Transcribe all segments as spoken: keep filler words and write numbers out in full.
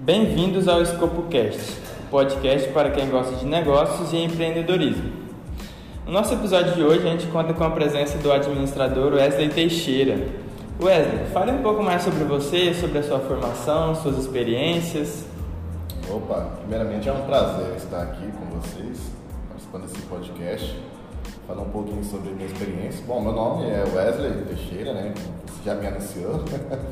Bem-vindos ao EscopoCast, o podcast para quem gosta de negócios e empreendedorismo. No nosso episódio de hoje, a gente conta com a presença do administrador Wesley Teixeira. Wesley, fale um pouco mais sobre você, sobre a sua formação, suas experiências. Opa, primeiramente é um prazer estar aqui com vocês, participando desse podcast, falar um pouquinho sobre a minha experiência. Bom, meu nome é Wesley Teixeira, né? Você já me anunciou.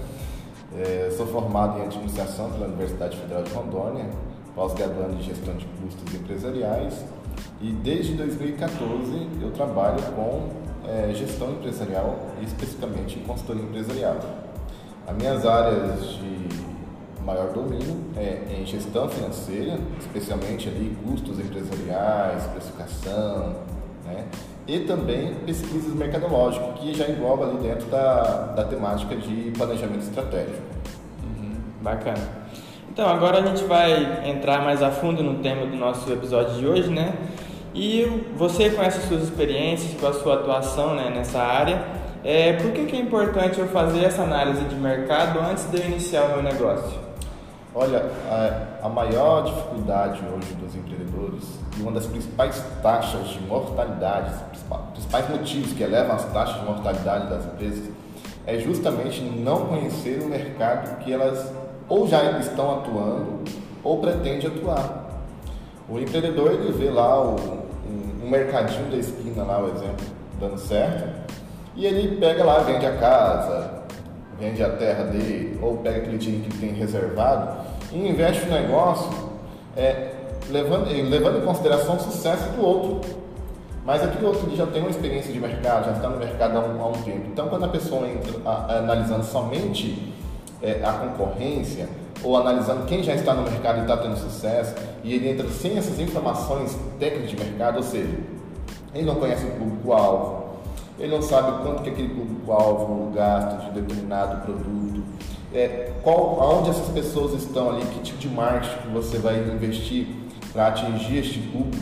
É, sou formado em administração pela Universidade Federal de Rondônia, pós-graduando em gestão de custos empresariais, e desde dois mil e quatorze eu trabalho com é, gestão empresarial e especificamente em consultoria empresarial. As minhas áreas de maior domínio é em gestão financeira, especialmente ali custos empresariais, precificação, né? E também pesquisas mercadológicas, que já envolve ali dentro da, da temática de planejamento estratégico. Uhum, bacana. Então, agora a gente vai entrar mais a fundo no tema do nosso episódio de hoje, né? E você, com essas suas experiências, com a sua atuação, né, nessa área, é, por que, que é importante eu fazer essa análise de mercado antes de eu iniciar o meu negócio? Olha, a, a maior dificuldade hoje dos empreendedores e uma das principais taxas de mortalidade, os principais motivos que elevam as taxas de mortalidade das empresas é justamente não conhecer o mercado que elas ou já estão atuando ou pretendem atuar. O empreendedor, ele vê lá o, um, um mercadinho da esquina, lá o exemplo, dando certo, e ele pega lá, vende a casa, vende a terra dele, ou pega aquele dinheiro que tem reservado e investe no negócio, é, levando, levando em consideração o sucesso do outro. Mas aquele outro já tem uma experiência de mercado, já está no mercado há um, há um tempo. Então, quando a pessoa entra a, a, analisando somente é, a concorrência, ou analisando quem já está no mercado e está tendo sucesso, e ele entra sem essas informações técnicas de mercado, ou seja, ele não conhece o público-alvo, ele não sabe quanto que aquele público-alvo gasta de determinado produto, é, qual, aonde essas pessoas estão ali, que tipo de marketing que você vai investir para atingir este público,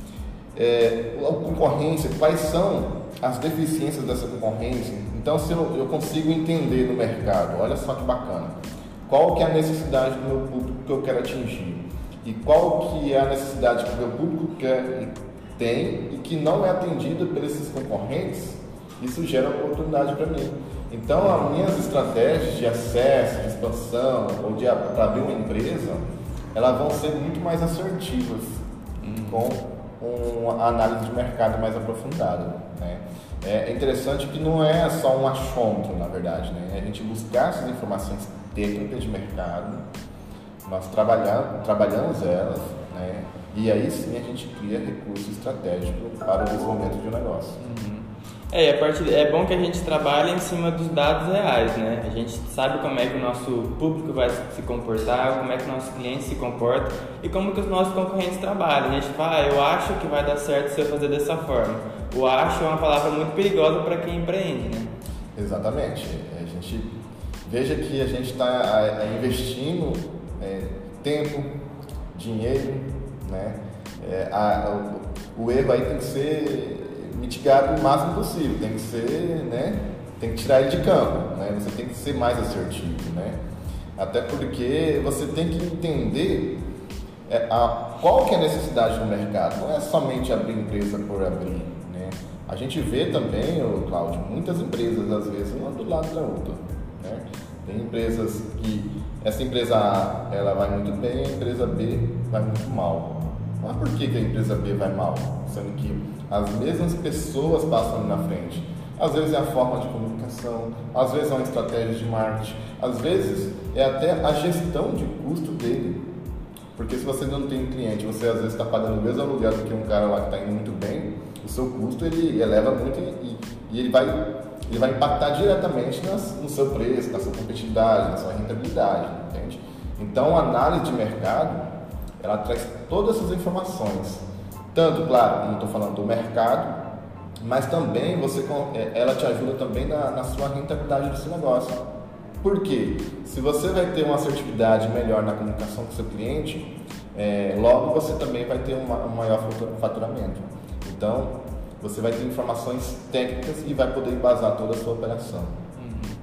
é, a concorrência, quais são as deficiências dessa concorrência. Então, se eu, eu consigo entender no mercado, olha só que bacana, qual que é a necessidade do meu público que eu quero atingir e qual que é a necessidade que o meu público quer, tem e que não é atendida por esses concorrentes, isso gera oportunidade para mim. Então, as minhas estratégias de acesso, de expansão ou de para abrir uma empresa, elas vão ser muito mais assertivas com uma análise de mercado mais aprofundada, né? É interessante que não é só um achômetro, na verdade, né? É a gente buscar essas informações técnicas de mercado, nós trabalhamos, trabalhamos elas, né? E aí sim a gente cria recurso estratégico para o desenvolvimento de um negócio. Uhum. É, a parte, é bom que a gente trabalhe em cima dos dados reais, né? A gente sabe como é que o nosso público vai se comportar, como é que o nosso cliente se comporta e como que os nossos concorrentes trabalham. A gente fala, ah, eu acho que vai dar certo se eu fazer dessa forma. O acho é uma palavra muito perigosa para quem empreende, né? Exatamente. A gente veja que a gente está investindo é, tempo, dinheiro, né? É, a, o, o erro aí tem que ser mitigado o máximo possível, tem que ser, né? Tem que tirar ele de campo, né? Você tem que ser mais assertivo, né? Até porque você tem que entender é, a, qual que é a necessidade do mercado. Não é somente abrir empresa por abrir, né? A gente vê também, ô, Cláudio, muitas empresas às vezes uma do lado da outra, né? Tem empresas que essa empresa A ela vai muito bem, a empresa B vai muito mal. Mas por que que a empresa B vai mal? Sendo que as mesmas pessoas passam ali na frente. Às vezes é a forma de comunicação, às vezes é uma estratégia de marketing, às vezes é até a gestão de custo dele. Porque se você não tem cliente, você às vezes está pagando o mesmo aluguel do que um cara lá que está indo muito bem, o seu custo ele eleva muito e, e ele, vai, ele vai impactar diretamente nas, no seu preço, na sua competitividade, na sua rentabilidade, entende? Então a análise de mercado, ela traz todas essas informações. Tanto, claro, como estou falando do mercado, mas também você, ela te ajuda também na, na sua rentabilidade do seu negócio. Por quê? Se você vai ter uma assertividade melhor na comunicação com o seu cliente, é, logo você também vai ter uma, um maior faturamento. Então, você vai ter informações técnicas e vai poder embasar toda a sua operação. Uhum.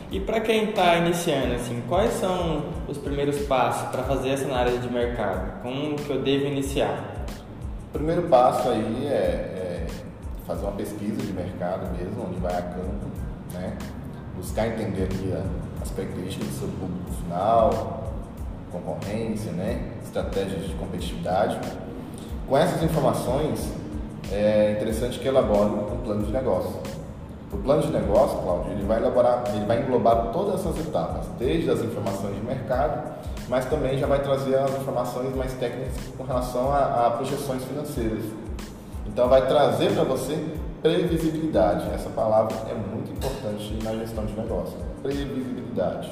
E para quem está iniciando, assim, quais são os primeiros passos para fazer essa análise de mercado? Como que eu devo iniciar? O primeiro passo aí é, é fazer uma pesquisa de mercado mesmo, onde vai a campo, né? Buscar entender aqui a, as características do seu público final, concorrência, né? Estratégias de competitividade. Com essas informações, é interessante que elabore um plano de negócio. O plano de negócio, Cláudio, ele vai elaborar, ele vai englobar todas essas etapas, desde as informações de mercado, mas também já vai trazer as informações mais técnicas com relação a, a projeções financeiras. Então, vai trazer para você previsibilidade. Essa palavra é muito importante na gestão de negócio. Previsibilidade.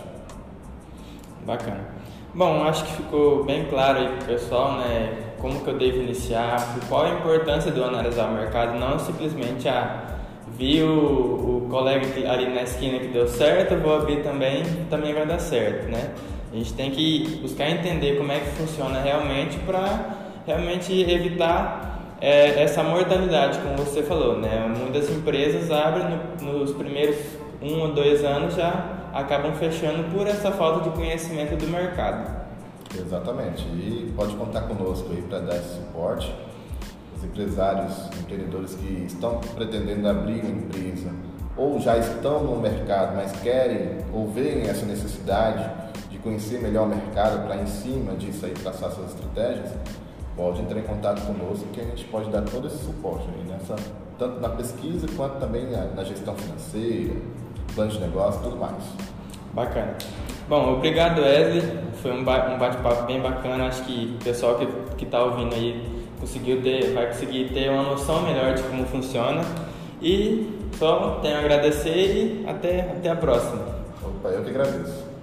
Bacana. Bom, acho que ficou bem claro aí para o pessoal, né, como que eu devo iniciar, qual a importância de eu analisar o mercado, não simplesmente a vi o, o colega ali na esquina que deu certo, vou abrir também, também vai dar certo, né? A gente tem que buscar entender como é que funciona realmente para realmente evitar é, essa mortalidade, como você falou, né? Muitas empresas abrem no, nos primeiros um ou dois anos já acabam fechando por essa falta de conhecimento do mercado. Exatamente, e pode contar conosco aí para dar esse suporte. Os empresários, empreendedores que estão pretendendo abrir uma empresa ou já estão no mercado, mas querem ou veem essa necessidade de conhecer melhor o mercado para em cima disso aí traçar suas estratégias, pode entrar em contato conosco que a gente pode dar todo esse suporte aí nessa, tanto na pesquisa quanto também na, na gestão financeira, plano de negócio e tudo mais. Bacana. Bom, obrigado, Wesley. Foi um bate-papo bem bacana. Acho que o pessoal que está ouvindo aí conseguiu ter, vai conseguir ter uma noção melhor de como funciona. E só tenho a agradecer e até, até a próxima. Opa, eu que agradeço.